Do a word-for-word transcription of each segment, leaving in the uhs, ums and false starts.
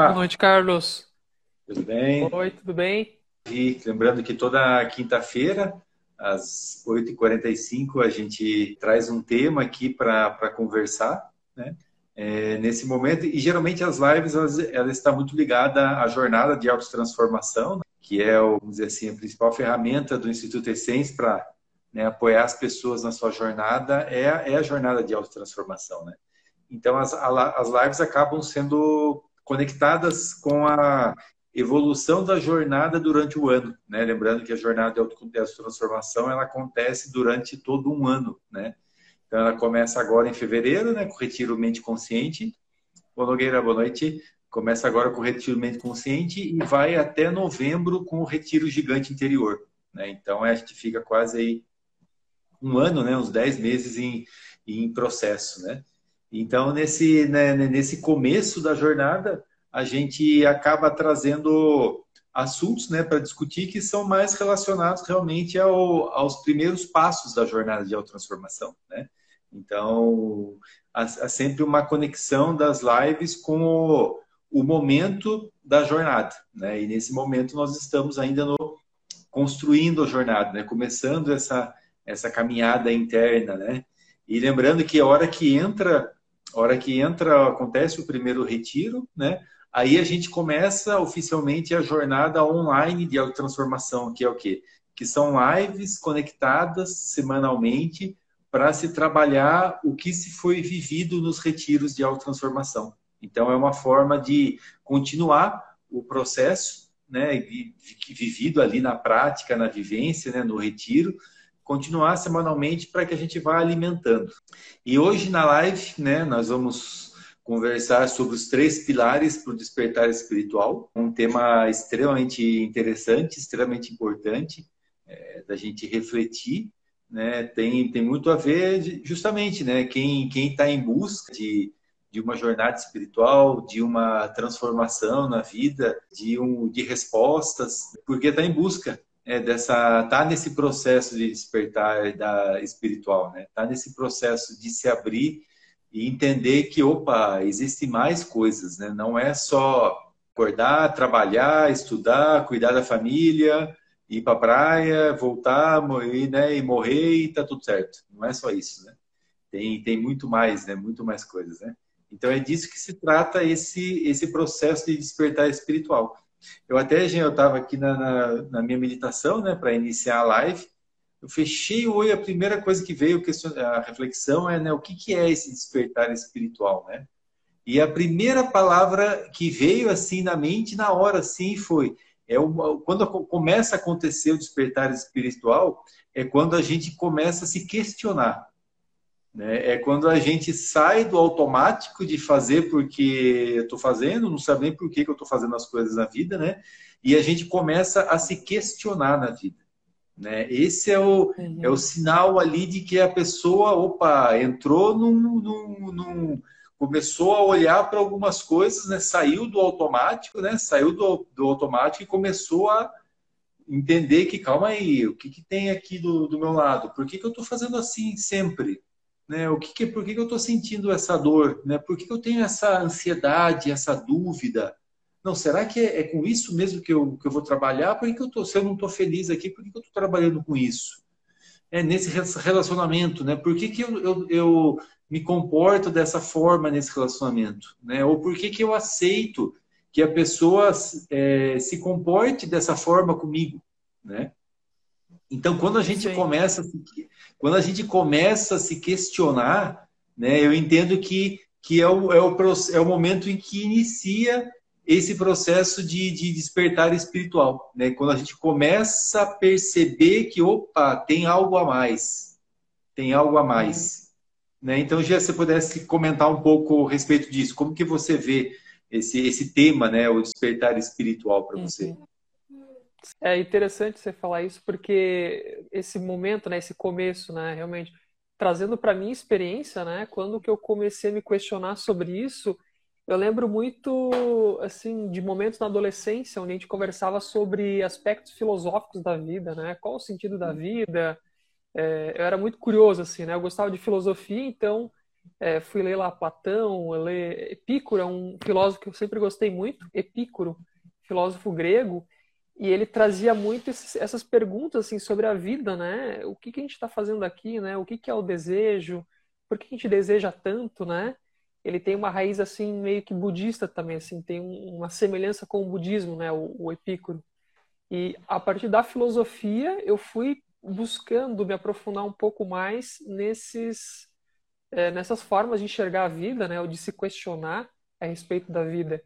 Boa Opa, noite, Carlos. tudo bem? Oi, tudo bem? E lembrando que toda quinta-feira, às oito e quarenta e cinco, a gente traz um tema aqui para conversar, né? É, nesse momento, e geralmente as lives, elas, ela está muito ligada à jornada de autotransformação, né? Que é, o, vamos dizer assim, a principal ferramenta do Instituto Essence para, né, apoiar as pessoas na sua jornada, é, a- é a jornada de autotransformação, né? Então, as, as lives acabam sendo conectadas com a evolução da jornada durante o ano, né? Lembrando que a jornada de transformação ela acontece durante todo um ano, né? Então, ela começa agora em fevereiro, né, com o Retiro Mente Consciente. Ô Nogueira, boa noite. Começa agora com o Retiro Mente Consciente e vai até novembro com o Retiro Gigante Interior, né? Então, a gente fica quase aí um ano, né, uns dez meses em, em processo, né? Então, nesse, né, nesse começo da jornada, a gente acaba trazendo assuntos, né, para discutir que são mais relacionados realmente ao, aos primeiros passos da jornada de autotransformação, né? Então, há, há sempre uma conexão das lives com o, o momento da jornada, né? E nesse momento nós estamos ainda no, construindo a jornada, né? Começando essa, essa caminhada interna, né? E lembrando que a hora que entra, a hora que entra, acontece o primeiro retiro, né? Aí a gente começa oficialmente a jornada online de autotransformação, que é o quê? Que são lives conectadas semanalmente para se trabalhar o que se foi vivido nos retiros de autotransformação. Então, é uma forma de continuar o processo, né, vivido ali na prática, na vivência, né, no retiro, continuar semanalmente para que a gente vá alimentando. E hoje na live, né, nós vamos conversar sobre os três pilares para o despertar espiritual, um tema extremamente interessante, extremamente importante, é, da gente refletir, né, tem, tem muito a ver justamente, né, quem quem está em busca de de uma jornada espiritual, de uma transformação na vida, de um de respostas, porque está em busca, é, dessa, tá nesse processo de despertar da espiritual, né? Tá nesse processo de se abrir e entender que, opa, existem mais coisas, né? Não é só acordar, trabalhar, estudar, cuidar da família, ir para a praia, voltar, morrer, né? E morrer e tá tudo certo. Não é só isso, né? Tem, tem muito mais, né? Muito mais coisas, né? Então é disso que se trata esse, esse processo de despertar espiritual. Eu até, Jean, eu estava aqui na, na, na, minha meditação, né, para iniciar a live. Eu fechei o olho, a primeira coisa que veio, a reflexão é, né, o que, que é esse despertar espiritual, né? E a primeira palavra que veio assim na mente, na hora, assim, foi é uma, quando começa a acontecer o despertar espiritual, é quando a gente começa a se questionar, né? É quando a gente sai do automático de fazer porque eu estou fazendo, não sabe nem por que, que eu estou fazendo as coisas na vida, né? E a gente começa a se questionar na vida, né? Esse é o, é o Uhum. sinal ali de que a pessoa, opa, entrou num, num, num começou a olhar para algumas coisas, né? Saiu do automático, né? Saiu do, do automático e começou a entender que, calma aí, o que, que tem aqui do, do meu lado? Por que, que eu estou fazendo assim sempre? Né? O que que, por que, que eu estou sentindo essa dor? Né? Por que, que eu tenho essa ansiedade, essa dúvida? Não, será que é, é com isso mesmo que eu, que eu vou trabalhar? Por que, que eu tô, se eu não estou feliz aqui, por que, que eu estou trabalhando com isso? É nesse relacionamento, né? Por que, que eu, eu, eu me comporto dessa forma nesse relacionamento? Né? Ou por que, que eu aceito que a pessoa é, se comporte dessa forma comigo? Né? Então, quando a gente Sim, começa, quando a gente começa a se questionar, né, eu entendo que, que é, o, é, o, é o momento em que inicia esse processo de, de despertar espiritual, né? Quando a gente começa a perceber que, opa, tem algo a mais, tem algo a uhum. mais, né? Então, já se você pudesse comentar um pouco a respeito disso, como que você vê esse, esse tema, né, o despertar espiritual para você? Uhum. É interessante você falar isso porque esse momento, né, esse começo, né, realmente trazendo para minha experiência, né, quando que eu comecei a me questionar sobre isso, eu lembro muito assim de momentos na adolescência onde a gente conversava sobre aspectos filosóficos da vida, né, qual o sentido da vida. É, eu era muito curioso assim, né, eu gostava de filosofia, então é, fui ler lá Platão, ler Epicuro, é um filósofo que eu sempre gostei muito, Epicuro, filósofo grego, e ele trazia muito esses, essas perguntas assim, sobre a vida, né? O que, que a gente está fazendo aqui, né? O que, que é o desejo? Por que a gente deseja tanto, né? Ele tem uma raiz assim meio que budista também, assim, tem um, uma semelhança com o budismo, né? O, o Epicuro. E a partir da filosofia eu fui buscando me aprofundar um pouco mais nesses é, nessas formas de enxergar a vida, né? Ou de se questionar a respeito da vida.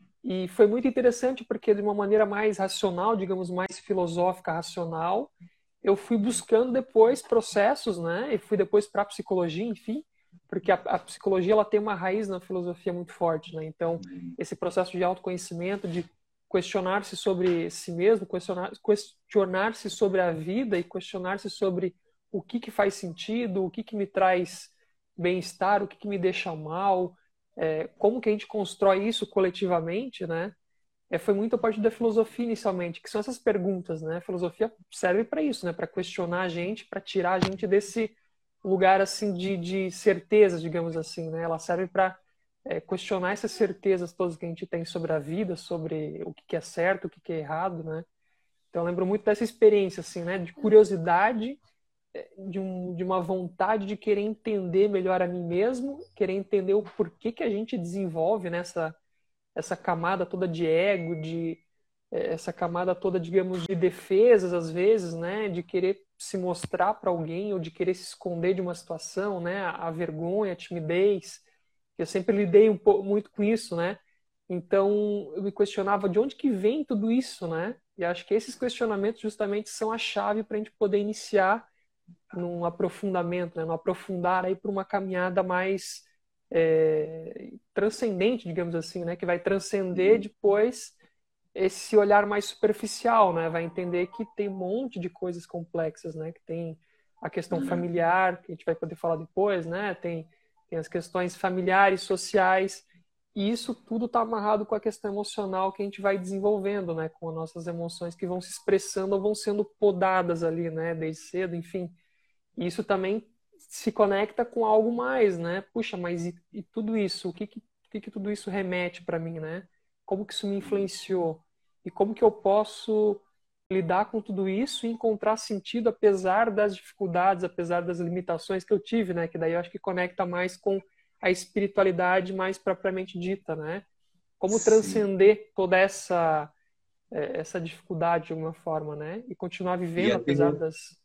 E foi muito interessante porque, de uma maneira mais racional, digamos, mais filosófica, racional, eu fui buscando depois processos, né? E fui depois para a psicologia, enfim, porque a, a psicologia ela tem uma raiz na filosofia muito forte, né? Então, esse processo de autoconhecimento, de questionar-se sobre si mesmo, questionar, questionar-se sobre a vida e questionar-se sobre o que que faz sentido, o que que me traz bem-estar, o que que me deixa mal, é, como que a gente constrói isso coletivamente, né? É, foi muito a partir da filosofia inicialmente, que são essas perguntas, né? A filosofia serve para isso, né? Para questionar a gente, para tirar a gente desse lugar assim de, de certezas, digamos assim, né? Ela serve para é, questionar essas certezas todas que a gente tem sobre a vida, sobre o que que é certo, o que que é errado, né? Então eu lembro muito dessa experiência, assim, né? De curiosidade, de, um, de uma vontade de querer entender melhor a mim mesmo, querer entender o porquê que a gente desenvolve nessa essa camada toda de ego, de essa camada toda, digamos, de defesas às vezes, né, de querer se mostrar para alguém ou de querer se esconder de uma situação, né, a vergonha, a timidez. Eu sempre lidei um pouco muito com isso, né? Então eu me questionava de onde que vem tudo isso, né? E acho que esses questionamentos justamente são a chave para a gente poder iniciar num aprofundamento, né, no aprofundar aí para uma caminhada mais é, transcendente, digamos assim, né, que vai transcender depois esse olhar mais superficial, né, vai entender que tem um monte de coisas complexas, né, que tem a questão familiar, que a gente vai poder falar depois, né, tem, tem as questões familiares, sociais, e isso tudo está amarrado com a questão emocional que a gente vai desenvolvendo, né, com as nossas emoções que vão se expressando ou vão sendo podadas ali, né, desde cedo, enfim. E isso também se conecta com algo mais, né? Puxa, mas e, e tudo isso? O que que, o que que tudo isso remete para mim, né? Como que isso me influenciou? E como que eu posso lidar com tudo isso e encontrar sentido apesar das dificuldades, apesar das limitações que eu tive, né? Que daí eu acho que conecta mais com a espiritualidade mais propriamente dita, né? Como Sim. transcender toda essa eh, essa dificuldade de alguma forma, né? E continuar E vivendo até, apesar das.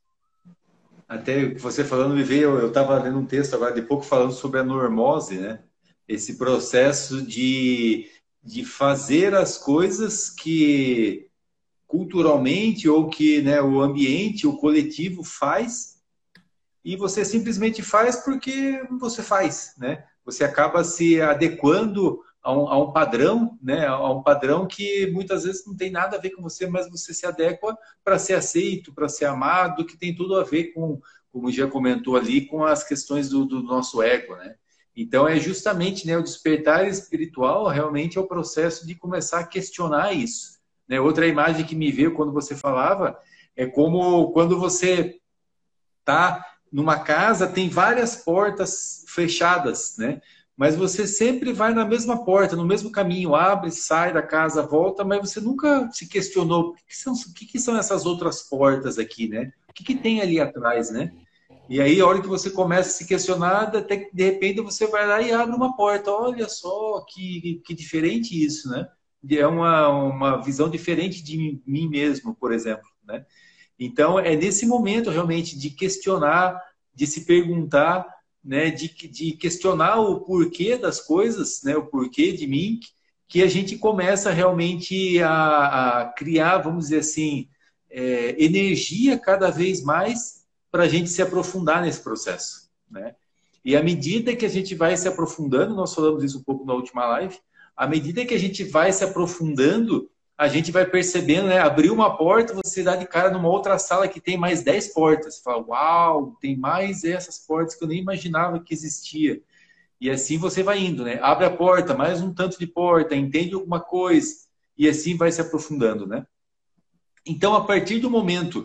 até você falando, me veio, eu estava lendo um texto agora de pouco falando sobre a normose, né? Esse processo de, de fazer as coisas que culturalmente ou que, né, o ambiente, o coletivo faz e você simplesmente faz porque você faz, né? Você acaba se adequando a um, a um padrão, né? A um padrão que muitas vezes não tem nada a ver com você, mas você se adequa para ser aceito, para ser amado, que tem tudo a ver com, como já comentou ali, com as questões do, do nosso ego, né? Então é justamente, né, o despertar espiritual realmente é o processo de começar a questionar isso, né? Outra imagem que me veio quando você falava é como quando você tá numa casa, tem várias portas fechadas, né? Mas você sempre vai na mesma porta, no mesmo caminho, abre, sai da casa, volta, mas você nunca se questionou o que são, o que são essas outras portas aqui, né? O que, que tem ali atrás, né? E aí, a hora que você começa a se questionar, até que de repente você vai lá e abre uma porta. Olha só que, que diferente isso, né? É uma, uma visão diferente de mim mesmo, por exemplo, né? Então, é nesse momento realmente de questionar, de se perguntar, né, de, de questionar o porquê das coisas, né, o porquê de mim, que a gente começa realmente a, a criar, vamos dizer assim, é, energia cada vez mais para a gente se aprofundar nesse processo, né? E à medida que a gente vai se aprofundando, nós falamos isso um pouco na última live, à medida que a gente vai se aprofundando, a gente vai percebendo, né? Abrir uma porta, você dá de cara numa outra sala que tem mais dez portas. Você fala, uau, tem mais essas portas que eu nem imaginava que existia. E assim você vai indo, né? Abre a porta, mais um tanto de porta, entende alguma coisa, e assim vai se aprofundando, né? Então, a partir do momento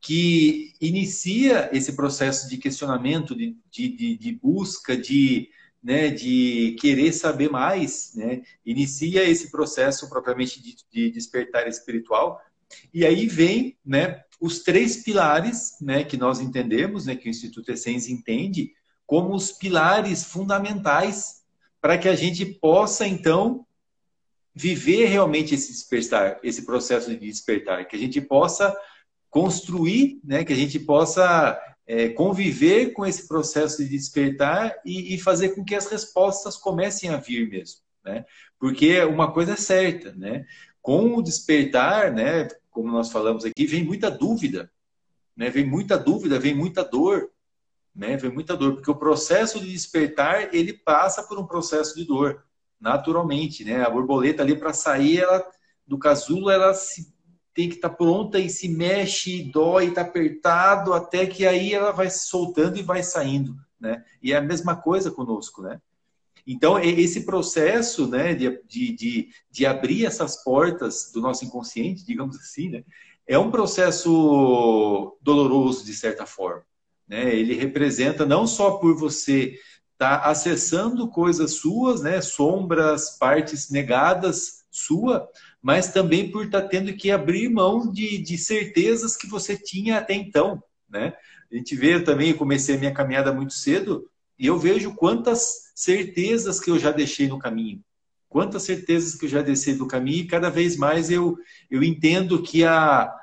que inicia esse processo de questionamento, de, de, de busca, de, né, de querer saber mais, né? Inicia esse processo propriamente de, de despertar espiritual. E aí vem, né, os três pilares, né, que nós entendemos, né, que o Instituto Essência entende como os pilares fundamentais para que a gente possa, então, viver realmente esse despertar, esse processo de despertar, que a gente possa construir, né, que a gente possa é, conviver com esse processo de despertar e, e fazer com que as respostas comecem a vir mesmo, né? Porque uma coisa é certa, né? Com o despertar, né, como nós falamos aqui, vem muita dúvida, né? Vem muita dúvida, vem muita dor, né? Vem muita dor, porque o processo de despertar, ele passa por um processo de dor, naturalmente, né? A borboleta ali para sair ela, do casulo, ela se, tem que estar tá pronta e se mexe, dói, está apertado, até que aí ela vai se soltando e vai saindo, né? E é a mesma coisa conosco, né? Então, esse processo, né, de, de, de, de abrir essas portas do nosso inconsciente, digamos assim, né, é um processo doloroso, de certa forma, né? Ele representa não só por você estar tá acessando coisas suas, né, sombras, partes negadas sua, mas também por estar tá tendo que abrir mão de, de certezas que você tinha até então, né? A gente vê também, eu comecei a minha caminhada muito cedo, e eu vejo quantas certezas que eu já deixei no caminho. Quantas certezas que eu já deixei no caminho, e cada vez mais eu, eu entendo que a,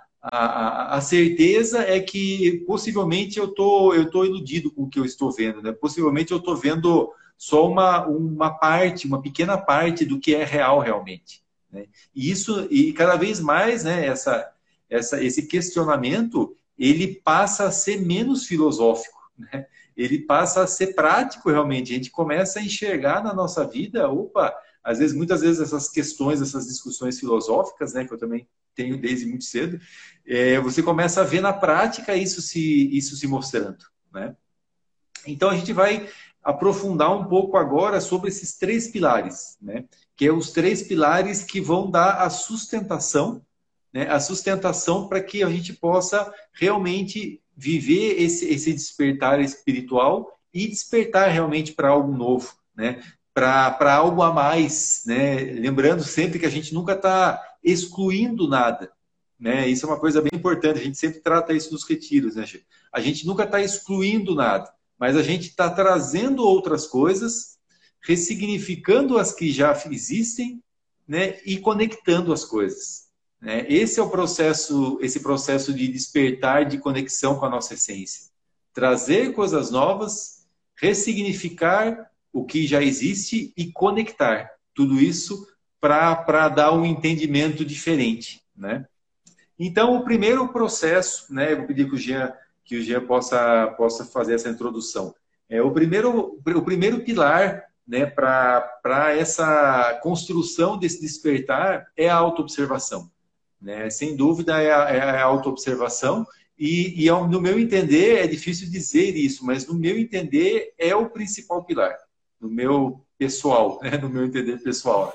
a, a certeza é que possivelmente eu tô, eu tô iludido com o que eu estou vendo, né? Possivelmente eu estou vendo só uma, uma parte, uma pequena parte do que é real realmente, né? E isso, e cada vez mais, né, essa, essa, esse questionamento, ele passa a ser menos filosófico, né? Ele passa a ser prático realmente. A gente começa a enxergar na nossa vida, opa, às vezes, muitas vezes essas questões, essas discussões filosóficas, né, que eu também tenho desde muito cedo, é, você começa a ver na prática isso se, isso se mostrando, né? Então a gente vai aprofundar um pouco agora sobre esses três pilares, né? Que é os três pilares que vão dar a sustentação, né? A sustentação para que a gente possa realmente viver esse, esse despertar espiritual e despertar realmente para algo novo, né? Para algo a mais, né? Lembrando sempre que a gente nunca está excluindo nada, né? Isso é uma coisa bem importante, a gente sempre trata isso nos retiros, né, Chico? A gente nunca está excluindo nada, mas a gente está trazendo outras coisas, ressignificando as que já existem, né? E conectando as coisas, né? Esse é o processo, esse processo de despertar, de conexão com a nossa essência. Trazer coisas novas, ressignificar o que já existe e conectar tudo isso para dar um entendimento diferente, né? Então, o primeiro processo, né, eu vou pedir que o Jean, que o Jean possa, possa fazer essa introdução. É, o, primeiro, o primeiro pilar, né, para essa construção desse despertar é a autoobservação, né? Sem dúvida é a, é a autoobservação, e, e no meu entender, é difícil dizer isso, mas no meu entender é o principal pilar, no meu pessoal, né, no meu entender pessoal.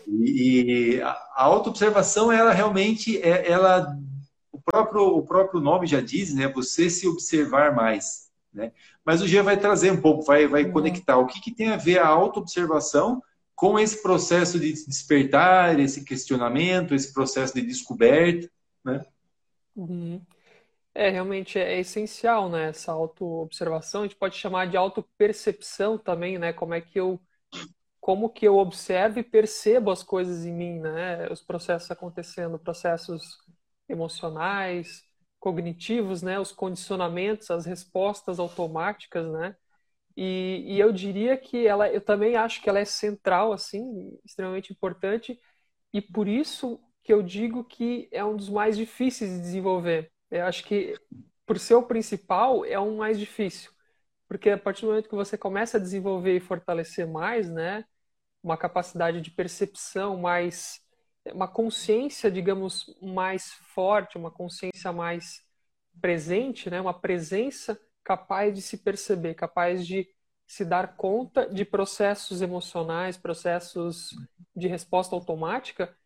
E, e a autoobservação, ela realmente, é, ela, o próprio, o próprio nome já diz, né? Você se observar mais, né? Mas o G vai trazer um pouco, vai, vai conectar o que, que tem a ver a autoobservação com esse processo de despertar, esse questionamento, esse processo de descoberta, né? Uhum. É, realmente é essencial, né, essa autoobservação. A gente pode chamar de autopercepção também, né? Como é que eu como que eu observo e percebo as coisas em mim, né? Os processos acontecendo, processos emocionais, cognitivos, né? Os condicionamentos, as respostas automáticas, né? E, e eu diria que ela, eu também acho que ela é central, assim, extremamente importante, e por isso que eu digo que é um dos mais difíceis de desenvolver. Eu acho que, por ser o principal, é um mais difícil, porque a partir do momento que você começa a desenvolver e fortalecer mais, né? Uma capacidade de percepção mais, uma consciência, digamos, mais forte, uma consciência mais presente, né? Uma presença capaz de se perceber, capaz de se dar conta de processos emocionais, processos de resposta automática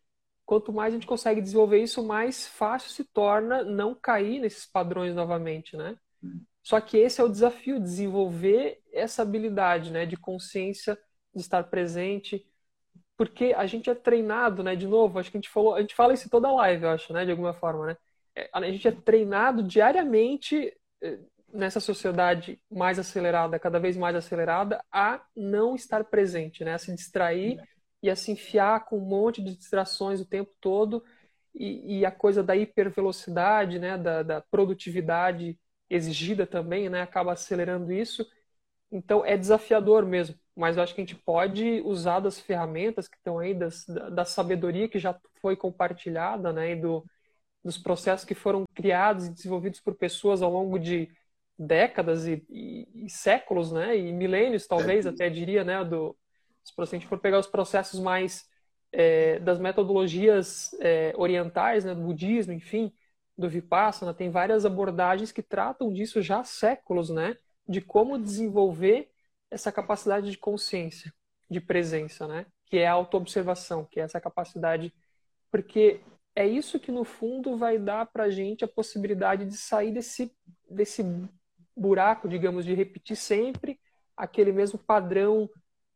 quanto mais a gente consegue desenvolver isso, mais fácil se torna não cair nesses padrões novamente, né? Só que esse é o desafio, desenvolver essa habilidade, né, de consciência, de estar presente, porque a gente é treinado, né, de novo, acho que a gente falou, a gente fala isso em toda live, eu acho, né, de alguma forma, né? A gente é treinado diariamente nessa sociedade mais acelerada, cada vez mais acelerada, a não estar presente, né, a se distrair e a se enfiar com um monte de distrações o tempo todo, e, e a coisa da hipervelocidade, né, da, da produtividade exigida também, né, acaba acelerando isso. Então é desafiador mesmo, mas eu acho que a gente pode usar das ferramentas que estão aí, das, da, da sabedoria que já foi compartilhada, né, e do, dos processos que foram criados e desenvolvidos por pessoas ao longo de décadas e, e, e séculos, né, e milênios talvez, até diria, né, do, se a gente for pegar os processos mais é, das metodologias é, orientais, né, do budismo, enfim, do Vipassana, tem várias abordagens que tratam disso já há séculos, né? De como desenvolver essa capacidade de consciência, de presença, né? Que é a autoobservação, que é essa capacidade. Porque é isso que, no fundo, vai dar para a gente a possibilidade de sair desse, desse buraco, digamos, de repetir sempre aquele mesmo padrão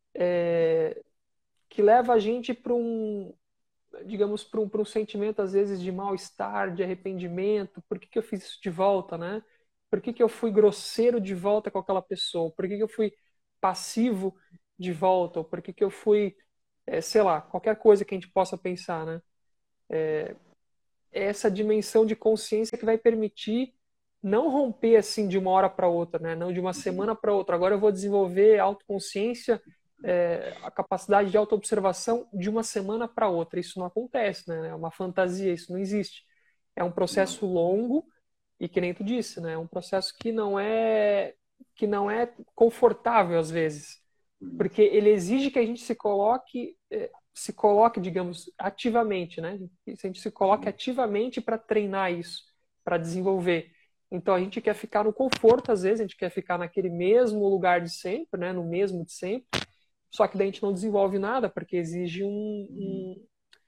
é, que leva a gente para um, digamos, para um, para um sentimento, às vezes, de mal-estar, de arrependimento. Por que que eu fiz isso de volta, né? Por que que eu fui grosseiro de volta com aquela pessoa? Por que que eu fui passivo de volta? Ou por que que eu fui, é, sei lá, qualquer coisa que a gente possa pensar, né? É, é essa dimensão de consciência que vai permitir não romper assim de uma hora para outra, né? Não de uma semana para outra. Agora eu vou desenvolver autoconsciência, é, a capacidade de autoobservação de uma semana para outra. Isso não acontece, né? É uma fantasia, isso não existe. É um processo longo e, que nem tu disse, né? É um processo que não é, que não é confortável às vezes, porque ele exige que a gente se coloque, se coloque, digamos, ativamente, né? A gente se coloque ativamente para treinar isso, para desenvolver. Então a gente quer ficar no conforto, às vezes, a gente quer ficar naquele mesmo lugar de sempre, né? No mesmo de sempre. Só que daí a gente não desenvolve nada, porque exige um, um,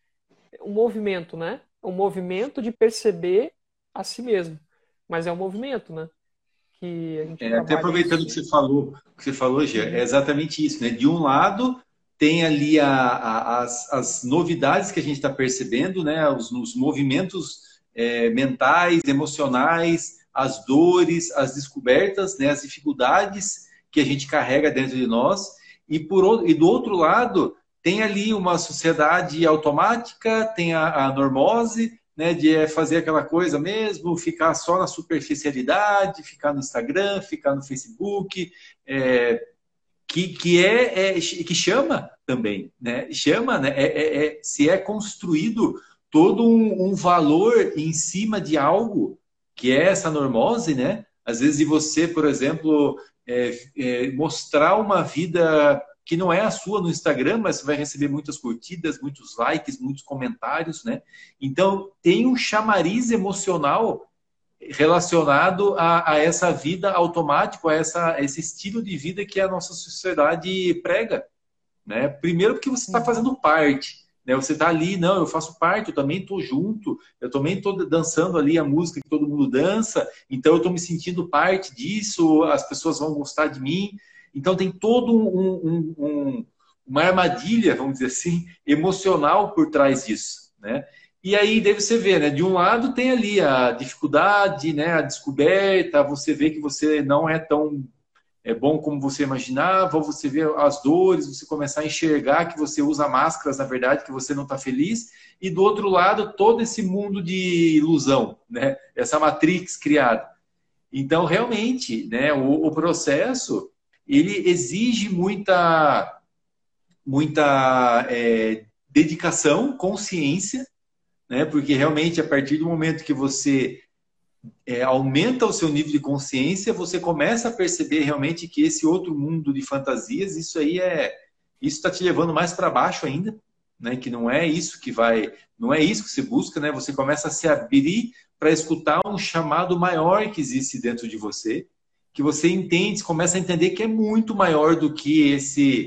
um movimento, né? Um movimento de perceber a si mesmo. Mas é um movimento, né? Que a gente é, até aproveitando isso. que você falou, que você falou, Gê, é exatamente isso, né? De um lado tem ali a, a, as, as novidades que a gente está percebendo, né? Os, os movimentos é, mentais, emocionais, as dores, as descobertas, né? As dificuldades que a gente carrega dentro de nós. E, por, e do outro lado, tem ali uma sociedade automática, tem a, a normose, né, de fazer aquela coisa mesmo, ficar só na superficialidade, ficar no Instagram, ficar no Facebook, é, que, que, é, é, que chama também, né? Chama, né? É, é, é, se é construído todo um, um valor em cima de algo que é essa normose, né? Às vezes, de você, por exemplo, é, é, mostrar uma vida que não é a sua no Instagram, mas você vai receber muitas curtidas, muitos likes, muitos comentários, né? Então, tem um chamariz emocional relacionado a, a essa vida automática, a, essa, a esse estilo de vida que a nossa sociedade prega, né? Primeiro porque você está fazendo parte, né? Você está ali, não, eu faço parte, eu também estou junto, eu também estou dançando ali a música que todo mundo dança, então eu estou me sentindo parte disso, as pessoas vão gostar de mim. Então tem todo um, um, um, uma armadilha, vamos dizer assim, emocional por trás disso, né? E aí deve você ver, né? De um lado tem ali a dificuldade, né? A descoberta, você vê que você não é tão é bom como você imaginava, você vê as dores, você começar a enxergar que você usa máscaras, na verdade, que você não está feliz, e do outro lado, todo esse mundo de ilusão, né? Essa matrix criada. Então, realmente, né, o, o processo, ele exige muita, muita é, dedicação, consciência, né? Porque realmente, a partir do momento que você É, aumenta o seu nível de consciência, você começa a perceber realmente que esse outro mundo de fantasias, isso aí é, isso está te levando mais para baixo ainda, né? Que não é isso que vai, não é isso que você busca, né? Você começa a se abrir para escutar um chamado maior que existe dentro de você, que você entende, começa a entender que é muito maior do que esse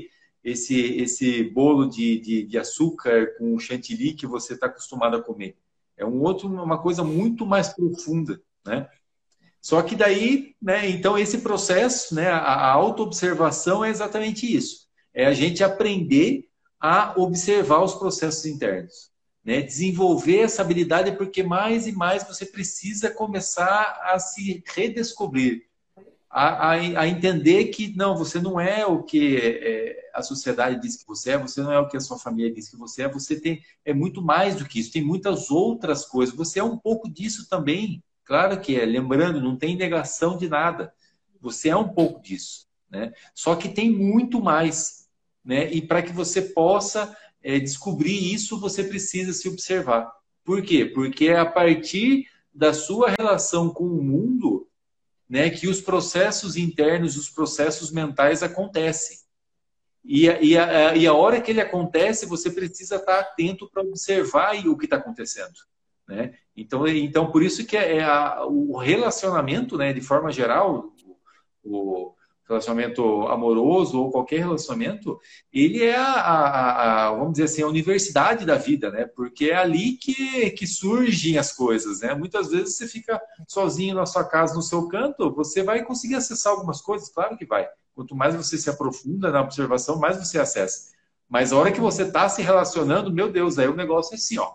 esse, esse bolo de, de, de açúcar com chantilly que você está acostumado a comer. É um outro, uma coisa muito mais profunda, né? Só que daí, né, então esse processo, né, a, a autoobservação é exatamente isso. É a gente aprender a observar os processos internos, né? Desenvolver essa habilidade porque mais e mais você precisa começar a se redescobrir, a, a, a entender que não, você não é o que é, a sociedade diz que você é, você não é o que a sua família diz que você é, você tem, é muito mais do que isso, tem muitas outras coisas, você é um pouco disso também, claro que é, lembrando, não tem negação de nada, você é um pouco disso, né? Só que tem muito mais, né? E para que você possa é, descobrir isso, você precisa se observar. Por quê? Porque é a partir da sua relação com o mundo, né, que os processos internos, os processos mentais acontecem. E a, e, a, e a hora que ele acontece, você precisa estar atento para observar o que está acontecendo, né? Então, então, por isso que é a, o relacionamento, né, de forma geral, o, o relacionamento amoroso ou qualquer relacionamento, ele é a, a, a, vamos dizer assim, a universidade da vida, né? Porque é ali que, que surgem as coisas, né? Muitas vezes você fica sozinho na sua casa, no seu canto, você vai conseguir acessar algumas coisas, claro que vai. Quanto mais você se aprofunda na observação, mais você acessa. Mas a hora que você está se relacionando, meu Deus, aí o negócio é assim, ó.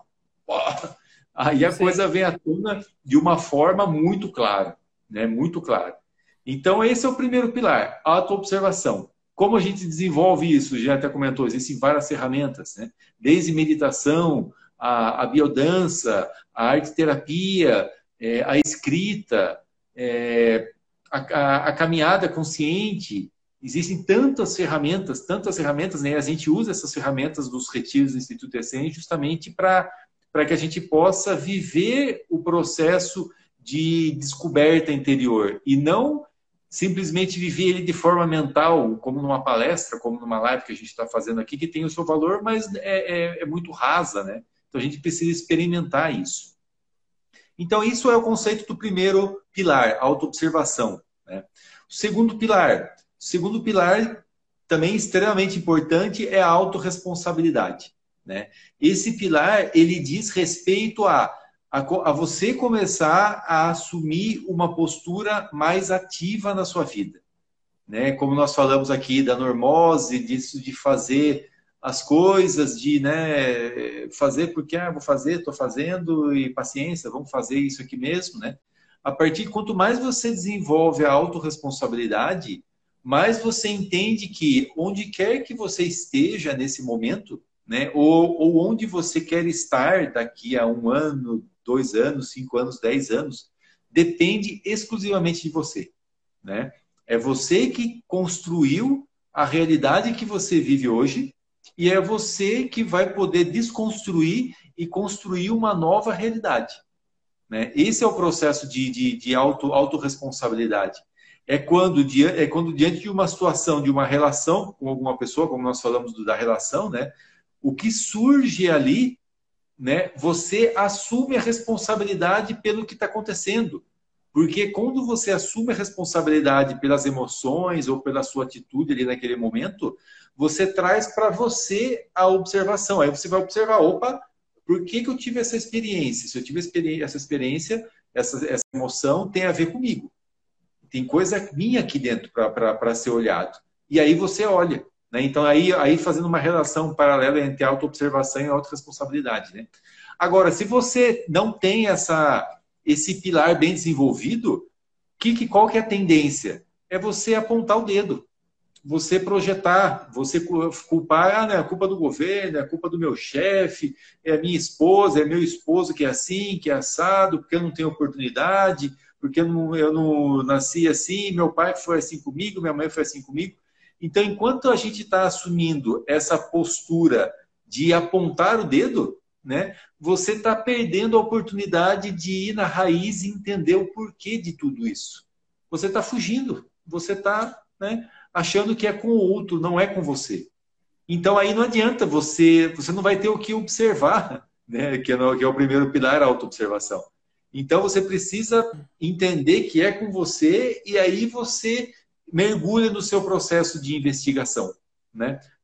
Aí a Sim. coisa vem à tona de uma forma muito clara, né? Muito clara. Então, esse é o primeiro pilar, a autoobservação. Como a gente desenvolve isso? Já até comentou, existem várias ferramentas, né? Desde meditação, a, a biodança, a arte-terapia, é, a escrita, é, a, a, a caminhada consciente. Existem tantas ferramentas, tantas ferramentas, né? A gente usa essas ferramentas dos retiros do Instituto Essência justamente para para que a gente possa viver o processo de descoberta interior e não simplesmente viver ele de forma mental, como numa palestra, como numa live que a gente está fazendo aqui, que tem o seu valor, mas é, é, é muito rasa, né? Então a gente precisa experimentar isso. Então isso é o conceito do primeiro pilar, autoobservação, né? O segundo pilar, o segundo pilar também extremamente importante é a autorresponsabilidade, né? Esse pilar, ele diz respeito a a você começar a assumir uma postura mais ativa na sua vida, né? Como nós falamos aqui da normose, disso de fazer as coisas, de, né, fazer porque ah, vou fazer, estou fazendo e paciência, vamos fazer isso aqui mesmo, né? A partir quanto mais você desenvolve a autorresponsabilidade, mais você entende que onde quer que você esteja nesse momento, né, ou, ou onde você quer estar daqui a um ano, dois anos, cinco anos, dez anos, depende exclusivamente de você, né? É você que construiu a realidade que você vive hoje e é você que vai poder desconstruir e construir uma nova realidade, né? Esse é o processo de, de, de auto, autorresponsabilidade. É quando, é quando diante de uma situação, de uma relação com alguma pessoa, como nós falamos da relação, né? O que surge ali, né, você assume a responsabilidade pelo que está acontecendo. Porque quando você assume a responsabilidade pelas emoções ou pela sua atitude ali naquele momento, você traz para você a observação. Aí você vai observar, opa, por que, que eu tive essa experiência? Se eu tive essa experiência, essa, essa emoção tem a ver comigo. Tem coisa minha aqui dentro para ser olhado. E aí você olha. Né? Então, aí, aí fazendo uma relação paralela entre autoobservação e autorresponsabilidade, né? Agora, se você não tem essa, esse pilar bem desenvolvido, que, que, qual que é a tendência? É você apontar o dedo, você projetar, você culpar, ah, não, é a culpa do governo, é a culpa do meu chefe, é a minha esposa, é meu esposo que é assim, que é assado, porque eu não tenho oportunidade, porque eu não, eu não nasci assim, meu pai foi assim comigo, minha mãe foi assim comigo. Então, enquanto a gente está assumindo essa postura de apontar o dedo, né, você está perdendo a oportunidade de ir na raiz e entender o porquê de tudo isso. Você está fugindo, você está, né, achando que é com o outro, não é com você. Então, aí não adianta, você, você não vai ter o que observar, né, que, é no, que é o primeiro pilar, a autoobservação. Então, você precisa entender que é com você e aí você mergulha no seu processo de investigação, né?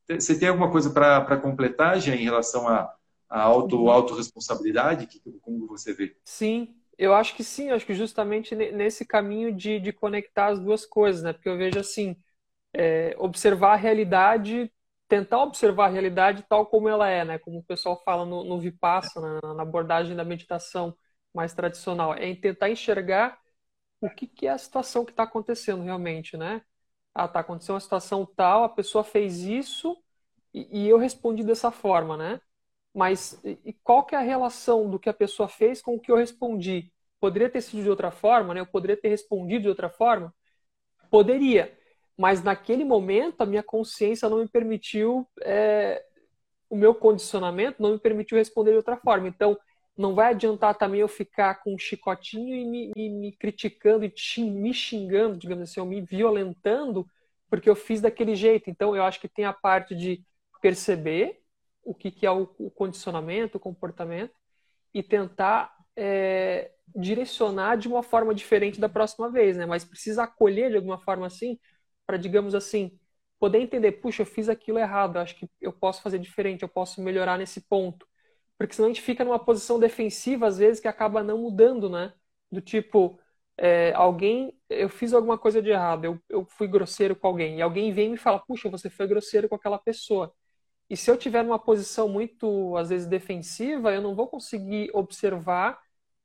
Você tem alguma coisa para completar, já em relação à à auto, Uhum. autorresponsabilidade? Que, como você vê? Sim, eu acho que sim, eu acho que justamente ne- nesse caminho de, de conectar as duas coisas, né? Porque eu vejo assim, é, observar a realidade, tentar observar a realidade tal como ela é, né? Como o pessoal fala no, no Vipassana, na, na abordagem da meditação mais tradicional, é em tentar enxergar o que, que é a situação que está acontecendo realmente, né? Ah, tá acontecendo uma situação tal, a pessoa fez isso e, e eu respondi dessa forma, né? Mas e, e qual que é a relação do que a pessoa fez com o que eu respondi? Poderia ter sido de outra forma, né? Eu poderia ter respondido de outra forma? Poderia, mas naquele momento a minha consciência não me permitiu, é, o meu condicionamento não me permitiu responder de outra forma. Então, não vai adiantar também eu ficar com um chicotinho e me, e me criticando e xing- me xingando, digamos assim, ou me violentando, porque eu fiz daquele jeito. Então, eu acho que tem a parte de perceber o que, que é o, o condicionamento, o comportamento, e tentar é, direcionar de uma forma diferente da próxima vez, né? Mas precisa acolher de alguma forma assim, para, digamos assim, poder entender, puxa, eu fiz aquilo errado, acho que eu posso fazer diferente, eu posso melhorar nesse ponto. Porque senão a gente fica numa posição defensiva, às vezes, que acaba não mudando, né? Do tipo, é, alguém, eu fiz alguma coisa de errado, eu, eu fui grosseiro com alguém, e alguém vem e me fala, puxa, você foi grosseiro com aquela pessoa. E se eu tiver numa posição muito, às vezes, defensiva, eu não vou conseguir observar,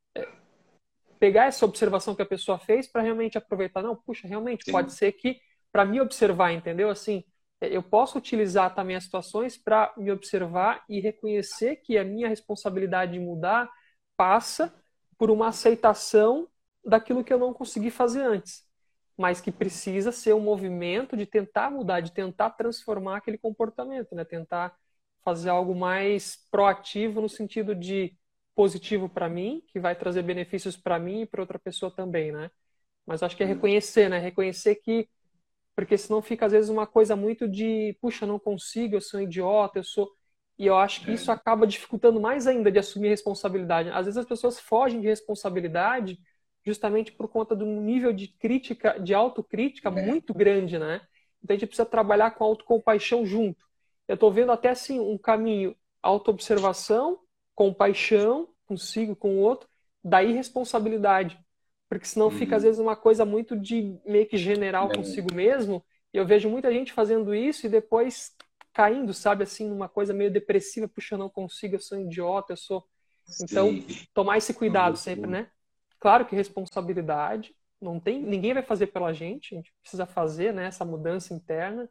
pegar essa observação que a pessoa fez para realmente aproveitar. Não, puxa, realmente, pode Sim, ser que para me observar, entendeu? Assim, eu posso utilizar também as situações para me observar e reconhecer que a minha responsabilidade de mudar passa por uma aceitação daquilo que eu não consegui fazer antes, mas que precisa ser um movimento de tentar mudar, de tentar transformar aquele comportamento, né? Tentar fazer algo mais proativo no sentido de positivo para mim, que vai trazer benefícios para mim e para outra pessoa também, né? Mas acho que é reconhecer, né? Reconhecer que, porque senão fica às vezes uma coisa muito de, puxa, não consigo, eu sou um idiota, eu sou. E eu acho que é, isso acaba dificultando mais ainda de assumir responsabilidade. Às vezes as pessoas fogem de responsabilidade justamente por conta de um nível de crítica, de autocrítica é, muito grande, né? Então a gente precisa trabalhar com autocompaixão junto. Eu estou vendo até assim um caminho autoobservação, compaixão consigo, com o outro, daí responsabilidade. Porque senão fica às uhum, vezes uma coisa muito de meio que general é, consigo mesmo. E eu vejo muita gente fazendo isso e depois caindo, sabe, assim, numa coisa meio depressiva, puxa, eu não consigo, eu sou um idiota, eu sou. Então, sim, tomar esse não cuidado sempre, vou- né? Claro que responsabilidade, não tem, ninguém vai fazer pela gente, a gente precisa fazer, né, essa mudança interna,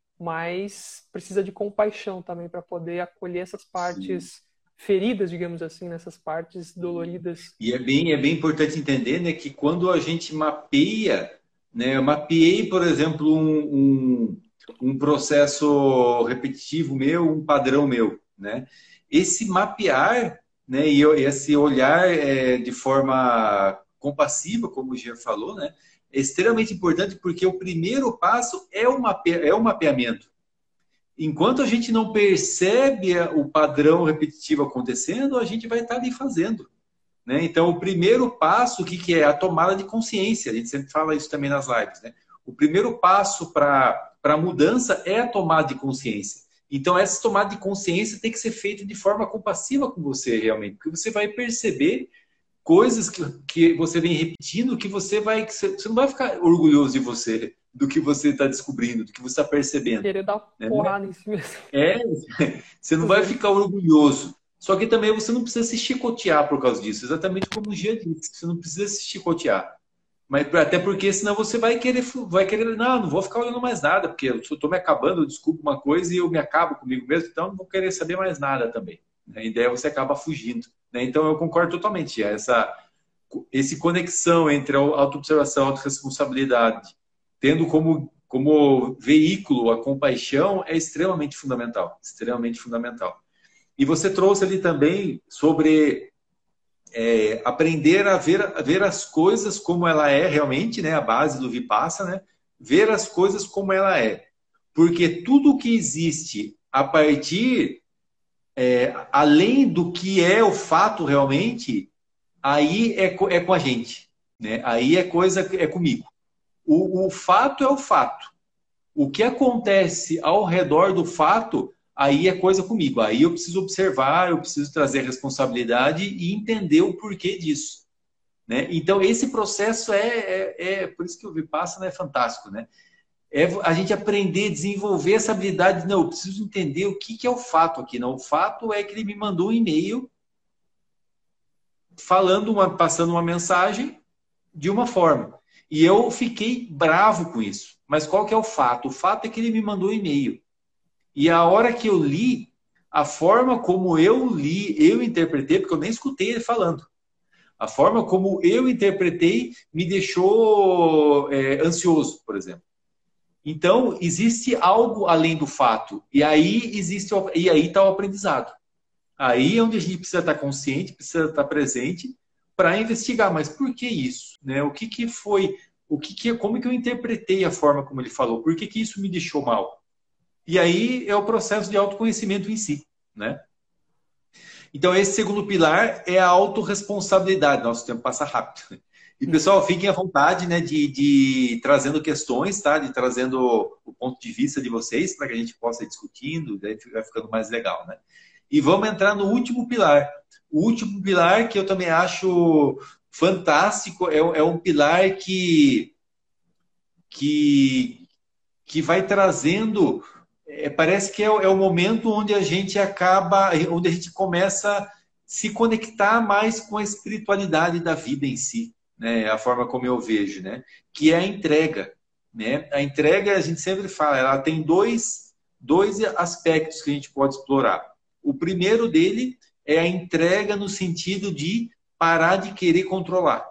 mas precisa de compaixão também para poder acolher essas sim. partes feridas, digamos assim, nessas partes doloridas. E é bem, é bem importante entender, né, que quando a gente mapeia, né, eu mapeei, por exemplo, um, um, um processo repetitivo meu, um padrão meu, né? Esse mapear, né, e eu- esse olhar é, de forma compassiva, como o Jean falou, né, é extremamente importante porque o primeiro passo é o, mape, é o mapeamento. Enquanto a gente não percebe o padrão repetitivo acontecendo, a gente vai estar ali fazendo. Né? Então, o primeiro passo, o que, que é? A tomada de consciência. A gente sempre fala isso também nas lives. Né? O primeiro passo para a mudança é a tomada de consciência. Então, essa tomada de consciência tem que ser feita de forma compassiva com você, realmente, porque você vai perceber coisas que, que você vem repetindo que você vai. Que você não vai ficar orgulhoso de você, do que você está descobrindo, do que você está percebendo. Querer dar Né? porrada em si mesmo. É, você não vai Fazer. ficar orgulhoso. Só que também você não precisa se chicotear por causa disso. Exatamente como o Gia disse, você não precisa se chicotear. Mas até porque senão você vai querer, vai querer, não, não vou ficar olhando mais nada, porque eu estou me acabando, eu descubro uma coisa e eu me acabo comigo mesmo, então não vou querer saber mais nada também. A ideia você acaba fugindo. Né? Então eu concordo totalmente. Essa, esse conexão entre a autoobservação e a autorresponsabilidade, tendo como, como veículo a compaixão, é extremamente fundamental. Extremamente fundamental. E você trouxe ali também sobre é, aprender a ver, a ver as coisas como ela é realmente, né? A base do Vipassana, né? Ver as coisas como ela é. Porque tudo que existe a partir, é, além do que é o fato realmente, aí é, é com a gente. Né? Aí é coisa, é comigo. O, o fato é o fato. O que acontece ao redor do fato, aí é coisa comigo. Aí eu preciso observar, eu preciso trazer responsabilidade e entender o porquê disso. Né? Então, esse processo é, é, é... Por isso que o Vipassana é fantástico, né? É a gente aprender, desenvolver essa habilidade. Não, eu preciso entender o que, que é o fato aqui. Não, o fato é que ele me mandou um e-mail falando uma, passando uma mensagem de uma forma. E eu fiquei bravo com isso. Mas qual que é o fato? O fato é que ele me mandou um e-mail. E a hora que eu li, a forma como eu li, eu interpretei, porque eu nem escutei ele falando. A forma como eu interpretei me deixou é, ansioso, por exemplo. Então, existe algo além do fato. E aí existe e aí está o aprendizado. Aí é onde a gente precisa estar consciente, precisa estar presente para investigar. Mas por que isso? Né? O que, que foi? O que, que como que eu interpretei a forma como ele falou? Por que, que isso me deixou mal? E aí é o processo de autoconhecimento em si, né? Então, esse segundo pilar é a autorresponsabilidade. Nosso tempo passa rápido. E, pessoal, fiquem à vontade, né, de, de trazendo questões, tá? De trazendo o ponto de vista de vocês para que a gente possa ir discutindo, daí vai ficando mais legal, né? E vamos entrar no último pilar. O último pilar que eu também acho fantástico é, é um pilar que, que, que vai trazendo... É, parece que é, é o momento onde a gente acaba, onde a gente começa a se conectar mais com a espiritualidade da vida em si, né? A forma como eu vejo, né? Que é a entrega, né? A entrega, a gente sempre fala, ela tem dois, dois aspectos que a gente pode explorar. O primeiro dele é a entrega no sentido de parar de querer controlar,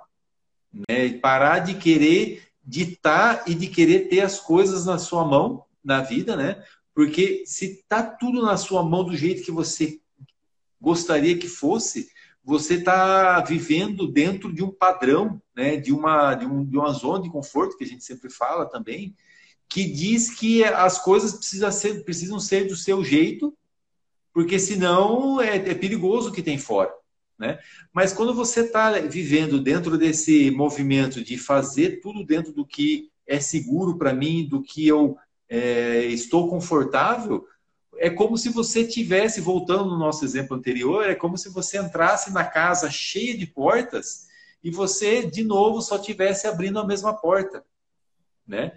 né? Parar de querer ditar e de querer ter as coisas na sua mão, na vida, né? Porque se está tudo na sua mão do jeito que você gostaria que fosse, você está vivendo dentro de um padrão, né? de, uma, de, um, de uma zona de conforto, que a gente sempre fala também, que diz que as coisas precisam ser, precisam ser do seu jeito, porque senão é, é perigoso o que tem fora. Né? Mas quando você está vivendo dentro desse movimento de fazer tudo dentro do que é seguro para mim, do que eu é, estou confortável, é como se você tivesse, voltando no nosso exemplo anterior, é como se você entrasse na casa cheia de portas e você, de novo, só tivesse abrindo a mesma porta. Né?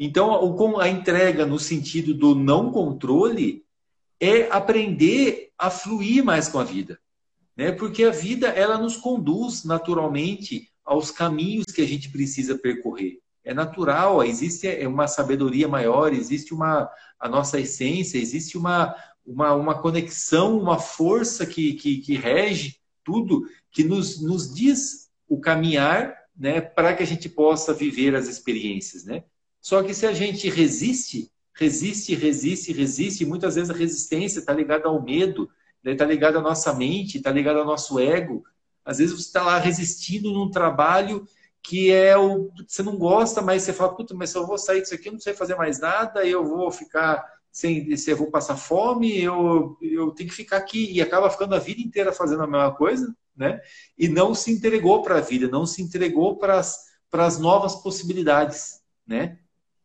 Então, a entrega no sentido do não controle é aprender a fluir mais com a vida. Né? Porque a vida ela nos conduz naturalmente aos caminhos que a gente precisa percorrer. É natural, existe uma sabedoria maior, existe uma a nossa essência, existe uma, uma, uma conexão, uma força que, que, que rege tudo, que nos, nos diz o caminhar, né, para que a gente possa viver as experiências. Né? Só que se a gente resiste, resiste, resiste, resiste, muitas vezes a resistência está ligada ao medo, está ligado à nossa mente, está ligado ao nosso ego. Às vezes você está lá resistindo num trabalho que é o que você não gosta, mas você fala, puta, mas se eu vou sair disso aqui, eu não sei fazer mais nada, eu vou ficar sem, se eu vou passar fome, eu, eu tenho que ficar aqui. E acaba ficando a vida inteira fazendo a mesma coisa, né? E não se entregou para a vida, não se entregou para as novas possibilidades, né?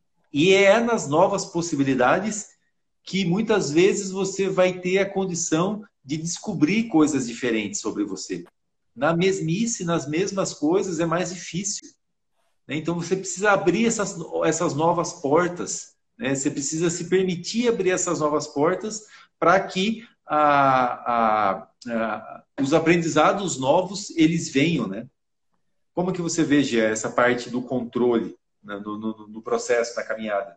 E é nas novas possibilidades que muitas vezes você vai ter a condição de descobrir coisas diferentes sobre você. Na mesmice, nas mesmas coisas, é mais difícil. Né? Então, você precisa abrir essas, essas novas portas. Né? Você precisa se permitir abrir essas novas portas para que a, a, a, os aprendizados novos, eles venham. Né? Como que você veja essa parte do controle, né? no, no, no processo, na caminhada?